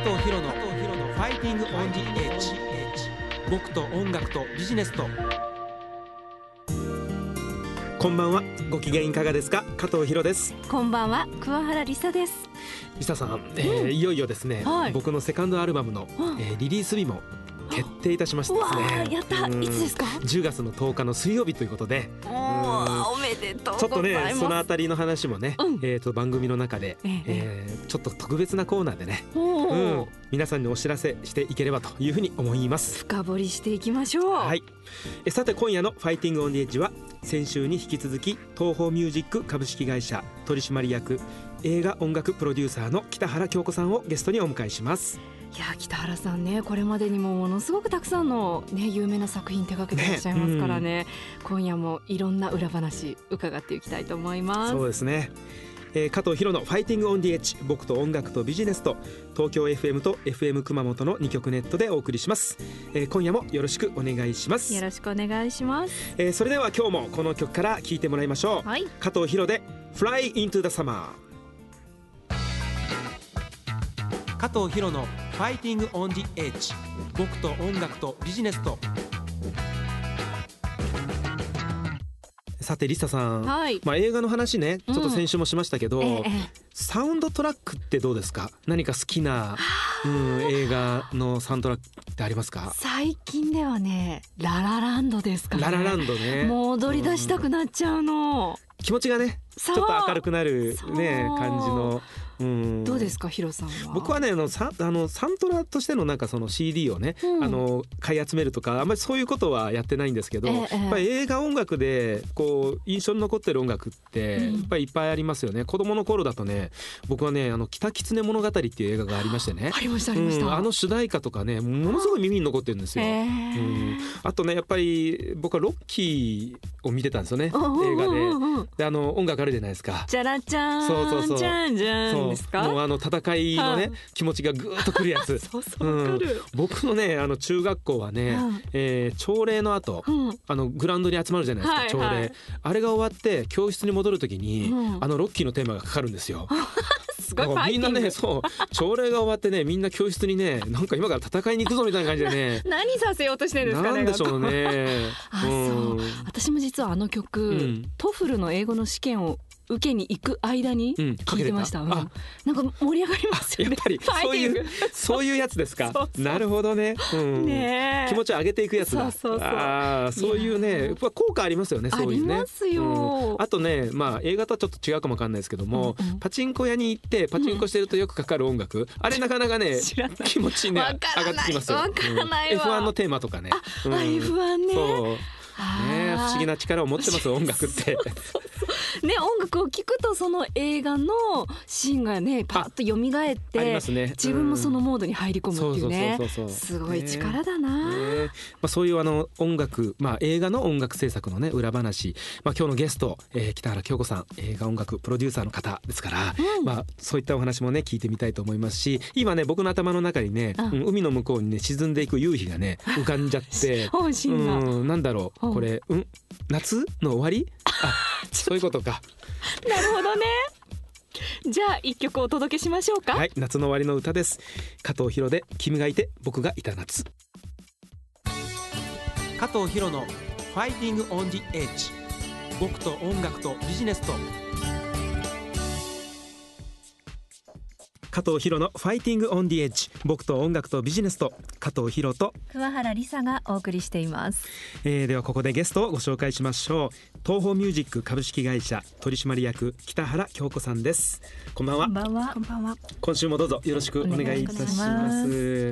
藤博のファイティングオンジエッジ。僕と音楽とビジネスと。こんばんは、ご機嫌いかがですか。加藤博です。 こんばんは、桑原梨沙です。 梨沙さん、いよいよですね、 はい、 僕のセカンドアルバムの、リリース日も決定いたしましてですね。 やった。いつですか。 10月の10日の水曜日ということで、 おめでとうございます。 ちょっとね、そのあたりの話もね、番組の中で、ちょっと特別なコーナーでね、皆さんにお知らせしていければというふうに思います。 深掘りしていきましょう。 はい、さて今夜のファイティングオンディエッジは、先週に引き続き東宝ミュージック株式会社取締役映画音楽プロデューサーの北原京子さんをゲストにお迎えします。 いや、北原さんね、これまでにもものすごくたくさんの、有名な作品手掛けていらっしゃいますからね、今夜もいろんな裏話伺っていきたいと思います。 そうですね、加藤博のファイティングオンディエッジ、僕と音楽とビジネスと、東京 FM と FM 熊本の2局ネットでお送りします。今夜もよろしくお願いします。 よろしくお願いします。 それでは今日もこの曲から聴いてもらいましょう。 はい、 加藤博で Fly into the Summer。 加藤博のファイティングオンディエッジ、僕と音楽とビジネスと。さて梨沙さん、映画の話ね、ちょっと先週もしましたけど、サウンドトラックってどうですか。何か好きな、映画のサウンドトラックってありますか。 最近ではね、ララランドですかね。 ララランドね、 もう踊り出したくなっちゃうの、 気持ちがね、ちょっと明るくなるね、感じの。 どうですか、ヒロさんは。 僕はね、サントラとしてのなんかその CD をね、買い集めるとか、あんまりそういうことはやってないんですけど、やっぱり映画音楽でこう印象に残ってる音楽ってやっぱりいっぱいありますよね。子供の頃だとね、僕はね、北狐物語っていう映画がありましてね、 ありました。 主題歌とかね、ものすごい耳に残ってるんですよ。あとね、やっぱり僕はロッキーを見てたんですよね、映画で。音楽あるじゃないですか。 じゃらちゃん、 そうじゃんじゃんですか。 もう戦いのね、気持ちがぐーっとくるやつ。僕のね、中学校はね、朝礼の後、グラウンドに集まるじゃないですか、朝礼。あれが終わって教室に戻るときに、ロッキーのテーマがかかるんですよ。 すごいファイティング。 みんなね、朝礼が終わってね、みんな教室にね、なんか今から戦いに行くぞみたいな感じでね何させようとしてるんですかね。 なんでしょうね。 そう、私も実は曲、トフルの英語の試験を受けに行く間に聞いてました。なんか盛り上がりますよね。 やっぱりそういうやつですか。なるほどね。気持ちを上げていくやつだ。そういうね、効果ありますよね。そういうね。 ありますよ。 あとね、映画とはちょっと違うかもわかんないですけども、パチンコ屋に行ってパチンコしてるとよくかかる音楽、あれなかなかね、気持ちね上がってきますよ。F1 のテーマとかね。 F1 ね。 不思議な力を持ってます音楽ってね、音楽を聴くとその映画のシーンがね、パッと蘇って自分もそのモードに入り込むっていうね、すごい力だな。 そういう音楽、映画の音楽制作のね、裏話、今日のゲスト、北原京子さん、映画音楽プロデューサーの方ですから、そういったお話もね聞いてみたいと思いますし、今ね、僕の頭の中にね、海の向こうにね沈んでいく夕日がね浮かんじゃってなんだろう、これ、夏の終わり、そういうことか。 なるほどね。じゃあ一曲お届けしましょうか。 はい、夏の終わりの歌です。加藤博で君がいて僕がいた夏。加藤博のファイティングオンディエッジ、僕と音楽とビジネスと。加藤博のファイティングオンディエッジ、僕と音楽とビジネスと、加藤博と桑原梨沙がお送りしています。 ではここでゲストをご紹介しましょう。東宝ミュージック株式会社取締役北原京子さんです。こんばんは。 こんばんは。 今週もどうぞよろしくお願いいたします。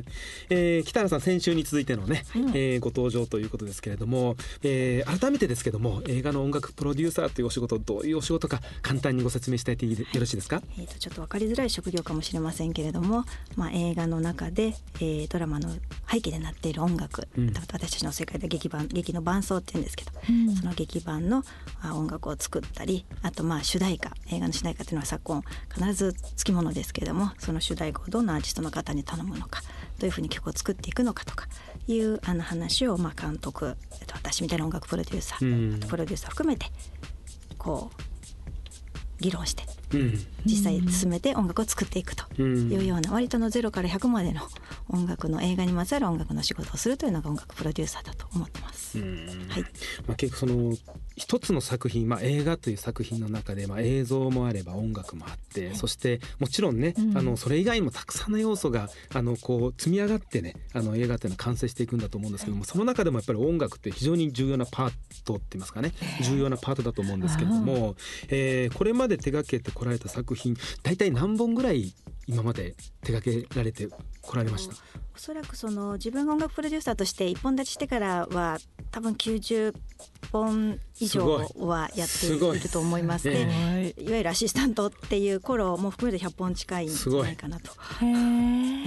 北原さん、先週に続いてのね、ご登場ということですけれども、改めてですけども、映画の音楽プロデューサーというお仕事、どういうお仕事か簡単にご説明していただいてよろしいですか。 ちょっと分かりづらい職業かもしれませんけれども、映画の中で、ドラマの背景でなっている音楽、私たちの世界で劇の伴奏っていうんですけど、その劇伴の音楽を作ったり、あと主題歌、映画の主題歌というのは昨今必ずつきものですけれども、その主題歌をどんなアーティストの方に頼むのか、どういうふうに曲を作っていくのかとかいう話を監督、私みたいな音楽プロデューサー、プロデューサー含めてこう議論して実際進めて音楽を作っていくというような、割との0から100までの音楽の映画にまつわる音楽の仕事をするというのが音楽プロデューサーだと思ってます。はい。 結構その一つの作品、映画という作品の中で、映像もあれば音楽もあって、そしてもちろんね、それ以外にもたくさんの要素がこう積み上がってね、映画っていうのは完成していくんだと思うんですけども、その中でもやっぱり音楽って非常に重要なパートって言いますかね、重要なパートだと思うんですけれども、これまで手掛けてこられた作品、大体何本ぐらい今まで手掛けられてこられました？ おそらくその自分が音楽プロデューサーとして一本立ちしてからは多分90本以上はやっていると思いますね。いわゆるアシスタントっていう頃も含めて100本近いんじゃないかなと思います。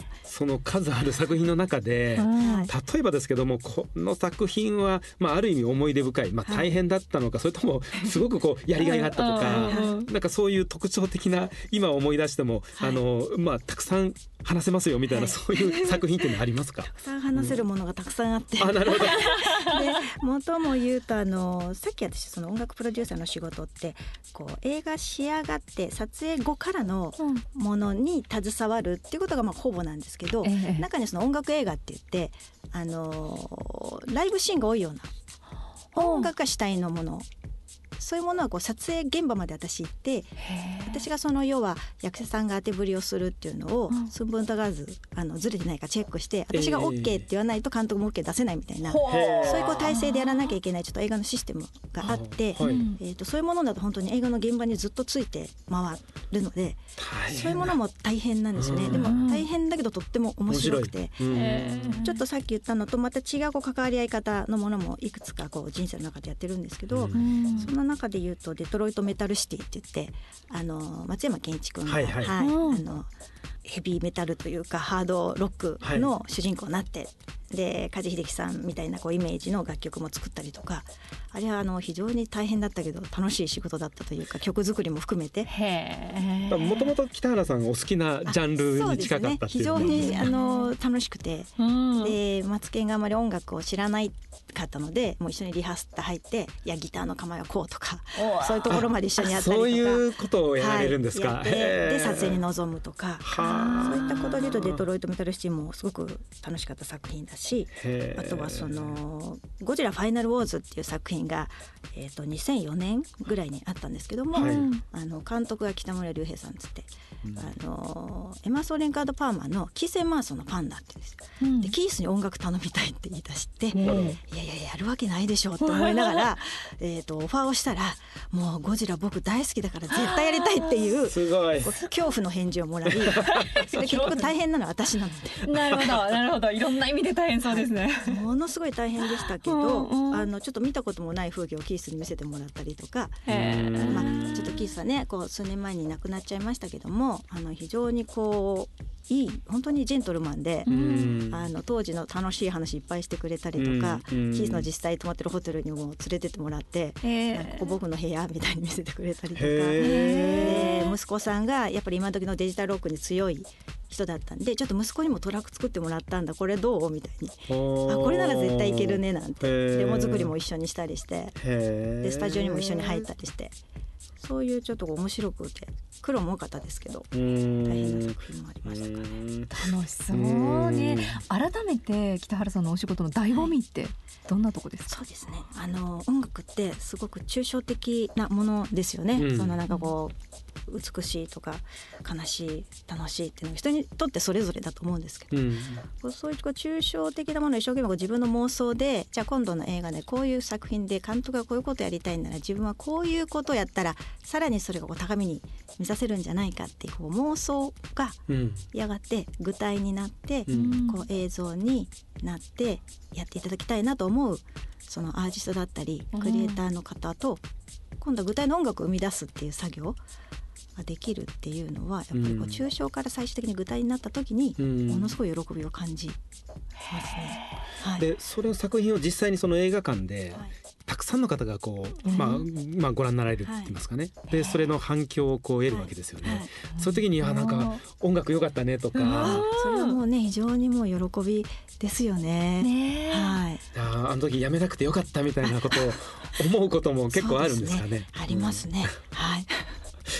その数ある作品の中で、例えばですけども、この作品は、ある意味思い出深い、大変だったのか、それともすごくこうやりがいがあったとか、なんかそういう特徴的な、今思い出しても、たくさん話せますよみたいな、そういう作品ってのありますか？ たくさん話せるものがたくさんあって、 なるほど。で元も言うとさっき私その音楽プロデューサーの仕事ってこう映画仕上がって撮影後からのものに携わるっていうことがほぼなんですけど、中にその音楽映画って言ってライブシーンが多いような音楽が主体のもの、そういうものはこう撮影現場まで私行って、私がその要は役者さんが当て振りをするっていうのを寸分たがずずれてないかチェックして、私が OK って言わないと監督も OK 出せないみたいな、そういう体制でやらなきゃいけないちょっと映画のシステムがあって、そういうものだと本当に映画の現場にずっとついて回るので、そういうものも大変なんですよね。でも大変だけどとっても面白くて、ちょっとさっき言ったのとまた違う関わり合い方のものもいくつかこう人生の中でやってるんですけど、その中で言うとデトロイトメタルシティって言って松山ケンイチ君が、ヘビーメタルというかハードロックの主人公になって、で梶秀樹さんみたいなこうイメージの楽曲も作ったりとか、あれは非常に大変だったけど楽しい仕事だったというか、曲作りも含めて。 もともと北原さんがお好きなジャンルに近かったっていう、 そうですね、非常に楽しくて、で松健があまり音楽を知らないかったので、もう一緒にリハーサル入って、いやギターの構えはこうとか、そういうところまで一緒にやったりとか、 そういうことをやられるんですか？ やって、で撮影に臨むとか、そういったことで言うとデトロイトメタルシティもすごく楽しかった作品だし、あとはそのゴジラファイナルウォーズっていう作品が、2004年ぐらいにあったんですけども、監督が北村隆平さんつって、エマーソン・レンカード・パーマーのキース・エマーソンのファンだって言うんです、でキースに音楽頼みたいって言い出して、いややるわけないでしょって思いながらオファーをしたら、もうゴジラ僕大好きだから絶対やりたいっていう恐怖の返事をもらい結局大変なのは私なのでなるほど、いろんな意味で大変そうですね。 ものすごい大変でしたけど、ちょっと見たこともない風景をキースに見せてもらったりとか、ちょっとキースはねこう数年前に亡くなっちゃいましたけども、非常にこういい本当にジェントルマンで、当時の楽しい話いっぱいしてくれたりとか、キースの実際泊まってるホテルにも連れてってもらって、ここ僕の部屋みたいに見せてくれたりとか、で息子さんがやっぱり今時のデジタルロックに強い人だったんで、ちょっと息子にもトラック作ってもらったんだ、これどうみたいに、これなら絶対いけるねなんて、デモ作りも一緒にしたりして、でスタジオにも一緒に入ったりして、そういうちょっと面白くて苦労も多かったですけど、大変な作品もありましたからね。 楽しそうね。改めて北原さんのお仕事の醍醐味ってどんなとこですか？ そうですね、音楽ってすごく抽象的なものですよね、そのなんかこう美しいとか悲しい楽しいっていうのが人にとってそれぞれだと思うんですけど、そういう抽象的なものを一生懸命自分の妄想で、じゃあ今度の映画でこういう作品で監督がこういうことやりたいなら、自分はこういうことをやったらさらにそれがこう高みに目指せるんじゃないかっていう、こう妄想がやがて具体になって、こう映像になってやっていただきたいなと思う、そのアーティストだったりクリエイターの方と今度は具体の音楽を生み出すっていう作業ができるっていうのは、やっぱりこう抽象から最終的に具体になった時にものすごい喜びを感じますね。 でそれを作品を実際にその映画館で、たくさんの方がこう、ご覧になられるって言いますかね、でそれの反響をこう得るわけですよね、そういう時になんか音楽良かったねとか、 それはもうね非常にもう喜びですよね。 あの時やめなくてよかったみたいなことを思うことも結構あるんですかね。 ありますね。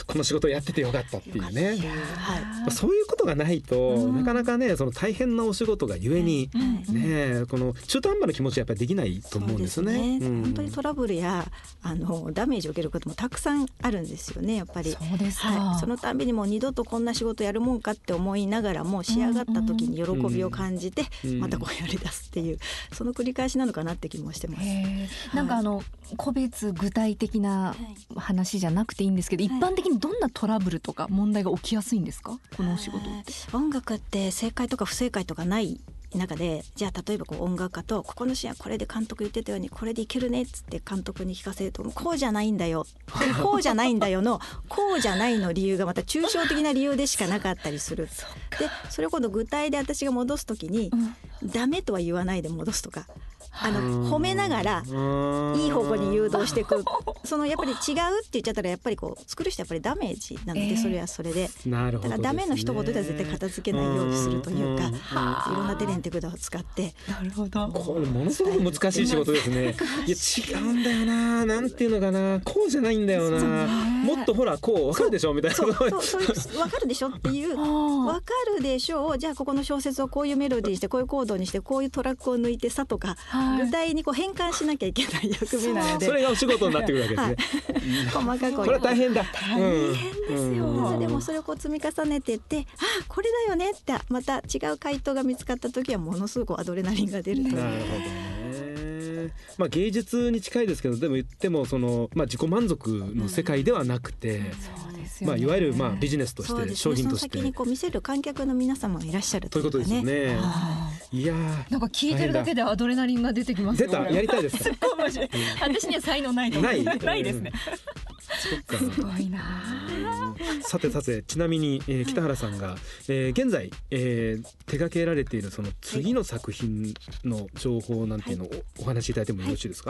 この仕事をやっててよかったっていうね、 はい、 そういうことがないと、なかなかねその大変なお仕事がゆえに、ねこの中途半端な気持ちはやっぱりできないと思うんですよね。 本当にトラブルやダメージを受けることもたくさんあるんですよねやっぱり。 そうですか、 はい、そのたんびにもう二度とこんな仕事やるもんかって思いながらも仕上がった時に喜びを感じてまたこうやり出すっていうその繰り返しなのかなって気もしてます。 なんか個別具体的な話じゃなくていいんですけど、一般的にどんなトラブルとか問題が起きやすいんですか、このお仕事って。 音楽って正解とか不正解とかない中で、じゃあ例えばこう音楽家とここのシーンはこれで監督言ってたようにこれでいけるねっつって監督に聞かせるとこうじゃないんだよこうじゃないんだよのこうじゃないの理由がまた抽象的な理由でしかなかったりする。でそれを今度具体で私が戻すときに、ダメとは言わないで戻すとか褒めながらいい方向に誘導していくそのやっぱり違うって言っちゃったらやっぱりこう作る人はやっぱりダメージなので、それはそれで、 なるほどですね、 だからダメの一言では絶対片付けないようにするというか、いろんなテレンテクダを使って。 なるほど、 これものすごく難しい仕事ですね。いや違うんだよな、なんていうのかな、こうじゃないんだよな、もっとほらこう分かるでしょみたいな、そういう分かるでしょっていう分かるでしょう、じゃあここの小説をこういうメロディーにしてこういうコードにしてこういうトラックを抜いてさとか、具体にこう変換しなきゃいけない役目なので、 それがお仕事になってくるわけですね。 細かくこれは大変だ、 大変ですよ。 でもそれをこう積み重ねていって、これだよねってまた違う回答が見つかった時はものすごくアドレナリンが出るという。 なるほどね。芸術に近いですけど、でも言ってもその、自己満足の世界ではなくて、いわゆるビジネスとして商品として、 その先にこう見せる観客の皆様がいらっしゃるということですよね。いやなんか聞いてるだけでアドレナリンが出てきますよ。 出た、やりたいですか。 私には才能ないと思う。ないですね。 そっか、 すごいな。 さてちなみに、北原さんが、現在、手掛けられているその次の作品の情報なんていうのをお話しいただいてもよろしいですか。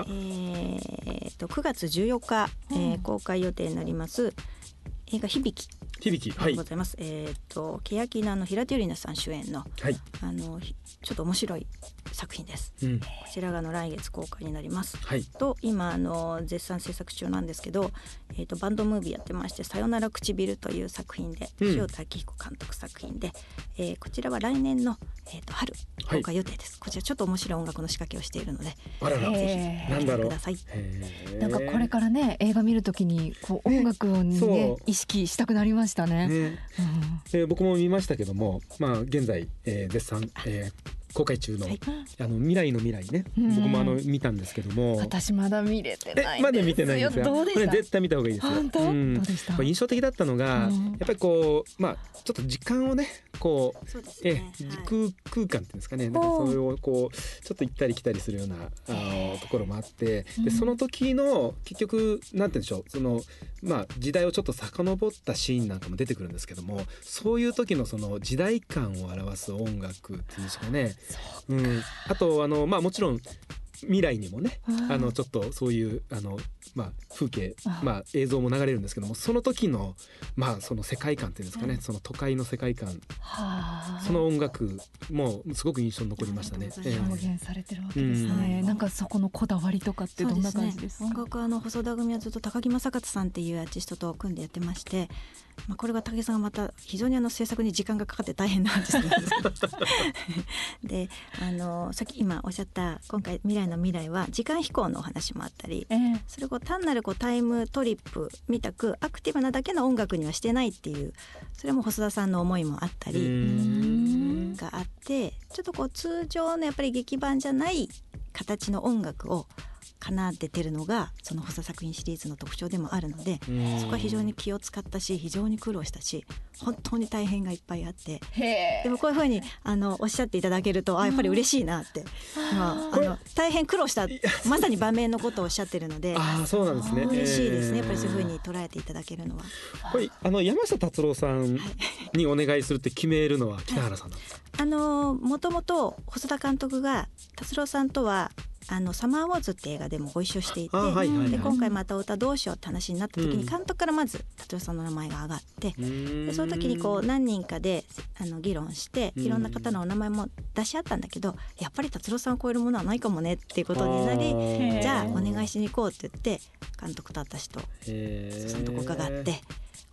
9月14日、公開予定になります映画響きでございます。欅の平手友梨奈さん主演の、ちょっと面白い作品です。こちらが来月公開になります。と今絶賛制作中なんですけど、バンドムービーやってましてさよなら唇という作品で、塩田明彦監督作品で、こちらは来年の、春公開予定です。こちらちょっと面白い音楽の仕掛けをしているので、ぜひご覧ください。 なんかこれからね映画見るときにこう音楽をね意識したくなりましたね。 僕も見ましたけども、現在、絶賛、公開中の、未来の未来ね、僕も見たんですけども、 私まだ見れてないんですよ。 まだ見てないんですよ。 どうでした？ 絶対見た方がいいですよ。 本当？どうでした？ 印象的だったのが、やっぱりこうちょっと時間をねこう、時空間っていうんですかね、なんかそれをこうちょっと行ったり来たりするようなところもあって、でその時の結局なんて言うんでしょう、その時代をちょっと遡ったシーンなんかも出てくるんですけども、そういう時のその時代感を表す音楽っていうんですかね。あともちろん未来にもね、ちょっとそういう風景、映像も流れるんですけども、その時のその世界観っていうんですかね、その都会の世界観、その音楽もすごく印象に残りましたね。 表現されてるわけですね。なんかそこのこだわりとかってどんな感じですか？ 音楽細田組はずっと高木正勝さんっていうアーティストと組んでやってまして、これが武井さんがまた非常に制作に時間がかかって大変なアーティストなんですけどでさっき今おっしゃった今回未来の未来は時間飛行のお話もあったり、それを単なるタイムトリップみたくアクティブなだけの音楽にはしてないっていう、それも細田さんの思いもあったりがあって、ちょっと通常のやっぱり劇版じゃない形の音楽を奏でてるのがその細田作品シリーズの特徴でもあるので、そこは非常に気を使ったし非常に苦労したし本当に大変がいっぱいあって、でもこういうふうにおっしゃっていただけるとやっぱり嬉しいなって、大変苦労したまさに場面のことをおっしゃってるので、 そうなんですね。 嬉しいですね、やっぱりそういうふうに捉えていただけるのは。 これ山下達郎さんにお願いするって決めるのは北原さんなんですか？ もともと細田監督が達郎さんとはサマーウォーズって映画でもご一緒していて、で今回また歌どうしようって話になった時に監督からまず達郎さんの名前が上がって、でその時に何人かで議論していろんな方のお名前も出し合ったんだけど、やっぱり達郎さんを超えるものはないかもねっていうことになり、じゃあお願いしに行こうって言って監督と私とそのとこ伺って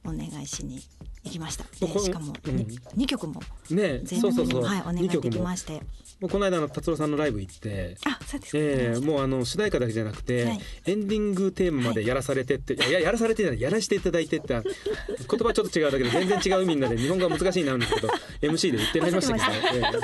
お願いしに行きました。でしかも 2曲もね、そうそうそう、 はい、お願いできまして、 もうこの間達郎さんのライブ行って、 あ、そうですか、 もう主題歌だけじゃなくて、 はい、 エンディングテーマまでやらされてって、いややらされてじゃない、やらしていただいてって言葉ちょっと違うだけで全然違う意味になる日本語が難しいなるんですけどMC で言ってまいりましたけど、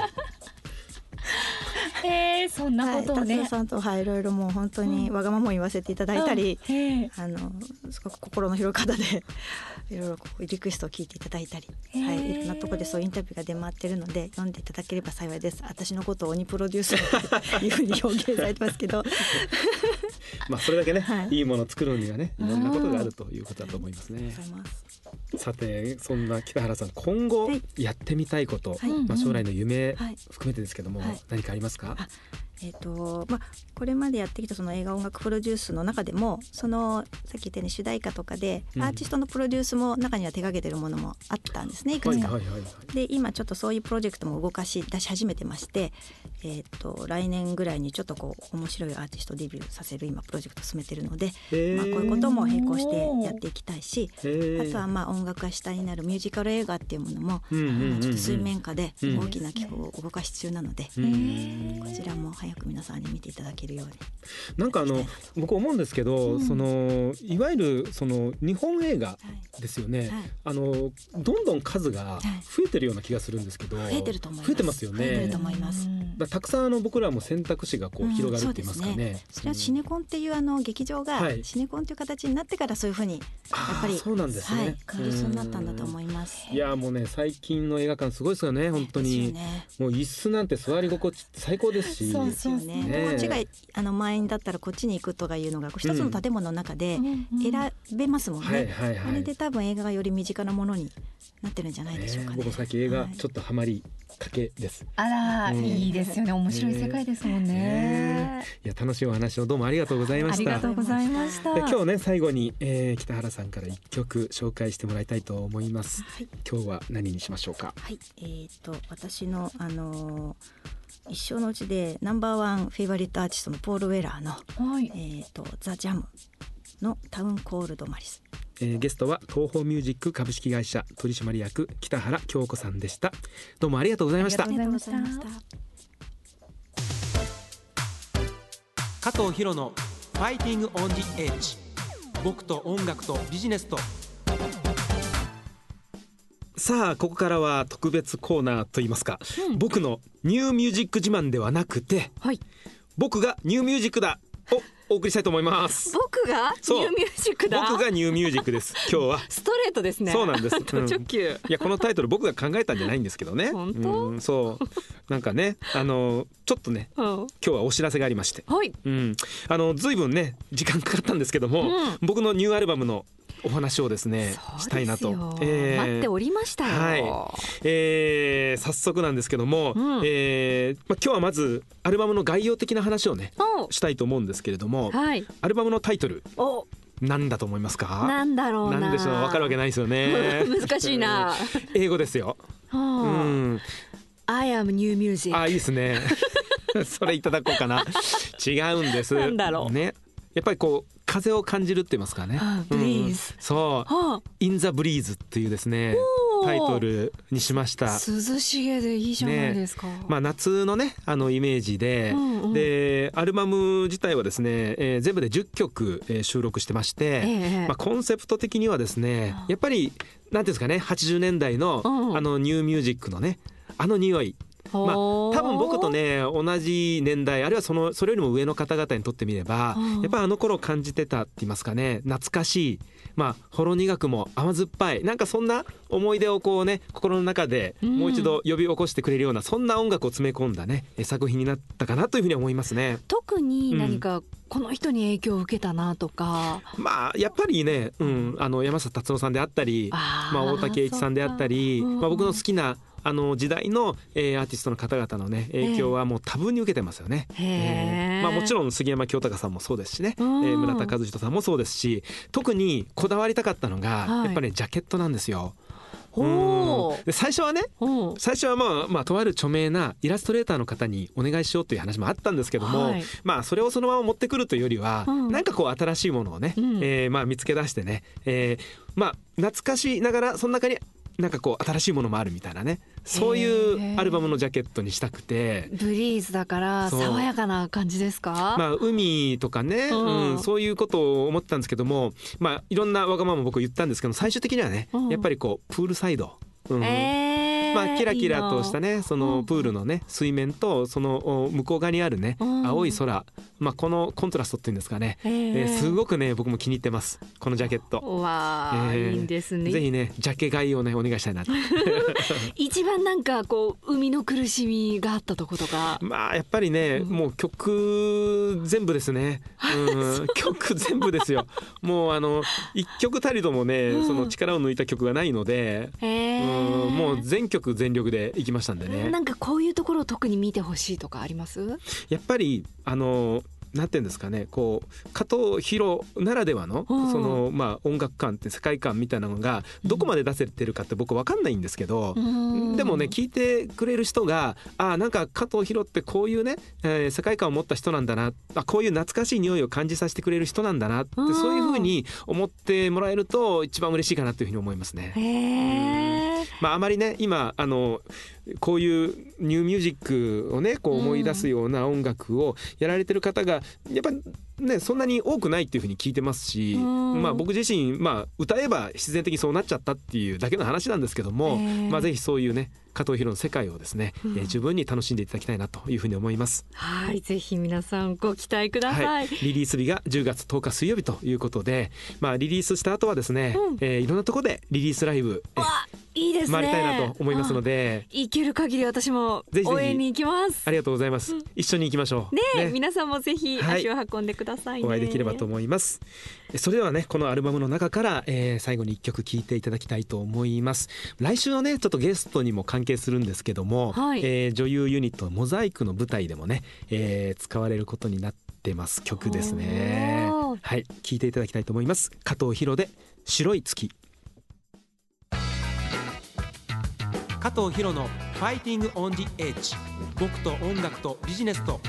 そんなことをね、 達郎さんと、いろいろもう本当にわがままを言わせていただいたり、すごく心の広い方でいろいろリクエストを聞いていただいたり、いろんなところでそういうインタビューが出回ってるので読んでいただければ幸いです。私のことを鬼プロデューサーというふうに表現されてますけどまあそれだけね、いいものを作るにはね、いろんなことがあるということだと思いますね。さて、そんな北原さん、今後やってみたいこと、将来の夢含めてですけども、何かありますか？ これまでやってきたその映画音楽プロデュースの中でも、そのさっき言ったように主題歌とかでアーティストのプロデュースも中には手掛けてるものもあったんですね、いくつか。で今ちょっとそういうプロジェクトも出し始めてまして、来年ぐらいにちょっと面白いアーティストデビューさせる今プロジェクトを進めてるので、こういうことも並行してやっていきたいし、あとは音楽が主体になるミュージカル映画っていうものも今ちょっと水面下で大きな規模を動かし中なので、こちらも早く皆さんに見ていただけるように。 なんか僕思うんですけど、いわゆる日本映画ですよね、どんどん数が増えてるような気がするんですけど、増えてると思います。 増えてますよね。 増えてると思います。 たくさん僕らも選択肢が広がるって言いますかね。 それはシネコンっていう劇場がシネコンという形になってからそういうふうにやっぱりそうなんですね、 感じそうになったんだと思います。 いやもうね、最近の映画館すごいですよね、本当に。もう椅子なんて座り心地最高ですし、 そうですよね。こっちが満員だったらこっちに行くとかいうのが一つの建物の中で選べますもんね。あれで多分映画がより身近なものになってるんじゃないでしょうかね。 僕最近映画ちょっとハマりかけです。 あら、いいですよね。面白い世界ですもんね。 いや楽しいお話をどうもありがとうございました。 ありがとうございました。 今日ね、最後に、北原さんから一曲紹介してもらいたいと思います。今日は何にしましょうか？ 私の一生のうちでナンバーワンフェイバリットアーティストのポール・ウェラーの、ザ・ジャムのタウンコールドマリス。 ゲストは東宝ミュージック株式会社取締役北原京子さんでした。どうもありがとうございました。 ありがとうございました。 加藤博のファイティングオンジエッジ。僕と音楽とビジネスと。さあここからは特別コーナーといいますか、僕のニューミュージック自慢ではなくて、僕がニューミュージックだをお送りしたいと思います。 僕がニューミュージックだ。 僕がニューミュージックです。今日はストレートですね。 そうなんです。 直球。 いやこのタイトル僕が考えたんじゃないんですけどね。 本当？ そうなんかね、ちょっとね、今日はお知らせがありまして、ずいぶんね時間かかったんですけども、僕のニューアルバムのお話をですねしたいなと、 待っておりましたよ。 早速なんですけども、今日はまずアルバムの概要的な話をねしたいと思うんですけれども、アルバムのタイトルなんだと思いますか？ なんだろうな。 なんでしょう、分かるわけないですよね。 難しいな。 英語ですよ。 I am new music。 いいですね。それいただこうかな。違うんです。 なんだろうね。やっぱり風を感じるって言いますかね。 Breeze。 そう。In the Breeze っていうですねタイトルにしました。 涼しげでいいじゃないですか。 夏のねイメージで、でアルバム自体はですね、全部で10曲、収録してまして、コンセプト的にはですねやっぱりなんていうんですかね、80年代のニューミュージックのね匂い。多分僕とね同じ年代、あるいはそれよりも上の方々にとってみれば、やっぱり頃を感じてたって言いますかね、懐かしい、ほろ苦くも甘酸っぱい、なんかそんな思い出を心の中でもう一度呼び起こしてくれるような、そんな音楽を詰め込んだね作品になったかなというふうに思いますね。 特に何かこの人に影響を受けたなとか、 やっぱりね、山下達郎さんであったり、大竹栄一さんであったり、僕の好きな時代の、アーティストの方々のね影響はもう多分に受けてますよね。もちろん杉山清貴さんもそうですしね、村田和人さんもそうですし、特にこだわりたかったのがやっぱりジャケットなんですよ。 で最初はね、まあとある著名なイラストレーターの方にお願いしようという話もあったんですけども、まあそれをそのまま持ってくるというよりは、なんかこう新しいものをね、まあ見つけ出してね、まあ懐かしいながらその中になんかこう新しいものもあるみたいなね、そういうアルバムのジャケットにしたくて。 ブリーズだから爽やかな感じですか？ まあ海とかね、そういうことを思ってたんですけども、まあいろんなわがまま僕言ったんですけど、最終的にはね、やっぱりこうプールサイド、まあキラキラとしたね、そのプールのね水面とその向こう側にあるね青い空、まあこのコントラストっていうんですかね、すごくね僕も気に入ってます、このジャケット。 わー、いいんですね。 ぜひねジャケ買いをねお願いしたいなと一番なんかこう海の苦しみがあったとことか。 まあやっぱりね、もう曲全部ですね、曲全部ですよ。もう一曲たりともね、その力を抜いた曲がないので、もう全曲全力でいきましたんでね。 なんかこういうところを特に見てほしいとかあります？ やっぱりなんていうんですかね、こう加藤博ならではのそのまあ音楽感って世界観みたいなのがどこまで出せてるかって僕分かんないんですけど、でもね聞いてくれる人がなんか加藤博ってこういうね、世界観を持った人なんだな、こういう懐かしい匂いを感じさせてくれる人なんだなって、そういう風に思ってもらえると一番嬉しいかなというふうに思いますね。まああまりね今こういうニューミュージックをねこう思い出すような音楽をやられてる方がやっぱねそんなに多くないっていうふうに聞いてますし、まあ僕自身歌えば必然的にそうなっちゃったっていうだけの話なんですけども、まあぜひそういうね加藤博の世界をですね、十分に楽しんでいただきたいなというふうに思います。 はい、ぜひ皆さんご期待ください。 リリース日が10月10日水曜日ということで、まあリリースした後はですね、いろんなところでリリースライブいいですね、 回りたいなと思いますので、 行ける限り私も応援に行きます。 ありがとうございます、一緒に行きましょうね。 皆さんもぜひ足を運んでくださいね。 お会いできればと思います。それではねこのアルバムの中から、最後に1曲聴いていただきたいと思います。来週のねちょっとゲストにも関係するんですけども、女優ユニットモザイクの舞台でもね、使われることになってます曲ですね。はい、聴いていただきたいと思います。加藤博で白い月。加藤博のファイティングオンディエッジ、僕と音楽とビジネスと。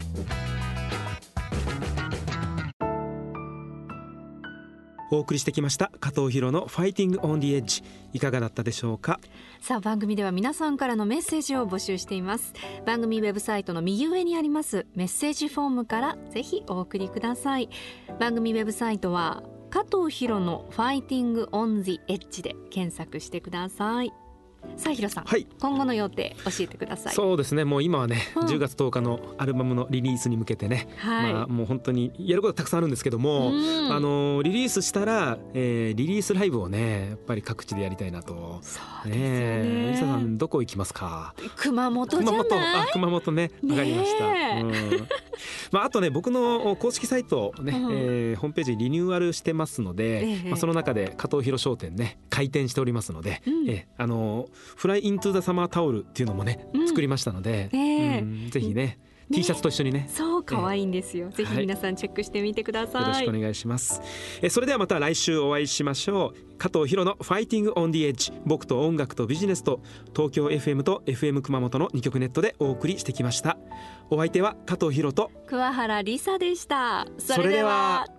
お送りしてきました加藤博のファイティングオンディエッジ、いかがだったでしょうか。 さあ番組では皆さんからのメッセージを募集しています。番組ウェブサイトの右上にありますメッセージフォームからぜひお送りください。番組ウェブサイトは加藤博のファイティングオンディエッジで検索してください。さあヒロさん、今後の予定教えてください。 そうですね、もう今はね、10月10日のアルバムのリリースに向けてね、もう本当にやることたくさんあるんですけども、リリースしたら、リリースライブをねやっぱり各地でやりたいなと。 そうですよね。 リサさんどこ行きますか？ 熊本じゃない？ 熊本ね、わかりました。あとね僕の公式サイトね、ホームページリニューアルしてますので、その中で加藤博商店ね開店しておりますので、フライイントゥザサマータオルっていうのもね、作りましたので、ぜひねT シャツと一緒にね、 そう可愛いんですよ。ぜひ皆さんチェックしてみてください。 よろしくお願いします。それではまた来週お会いしましょう。加藤博のファイティングオンディエッジ、僕と音楽とビジネスと、東京 FM と FM 熊本の2局ネットでお送りしてきました。お相手は加藤博と桑原理沙でした。 それでは。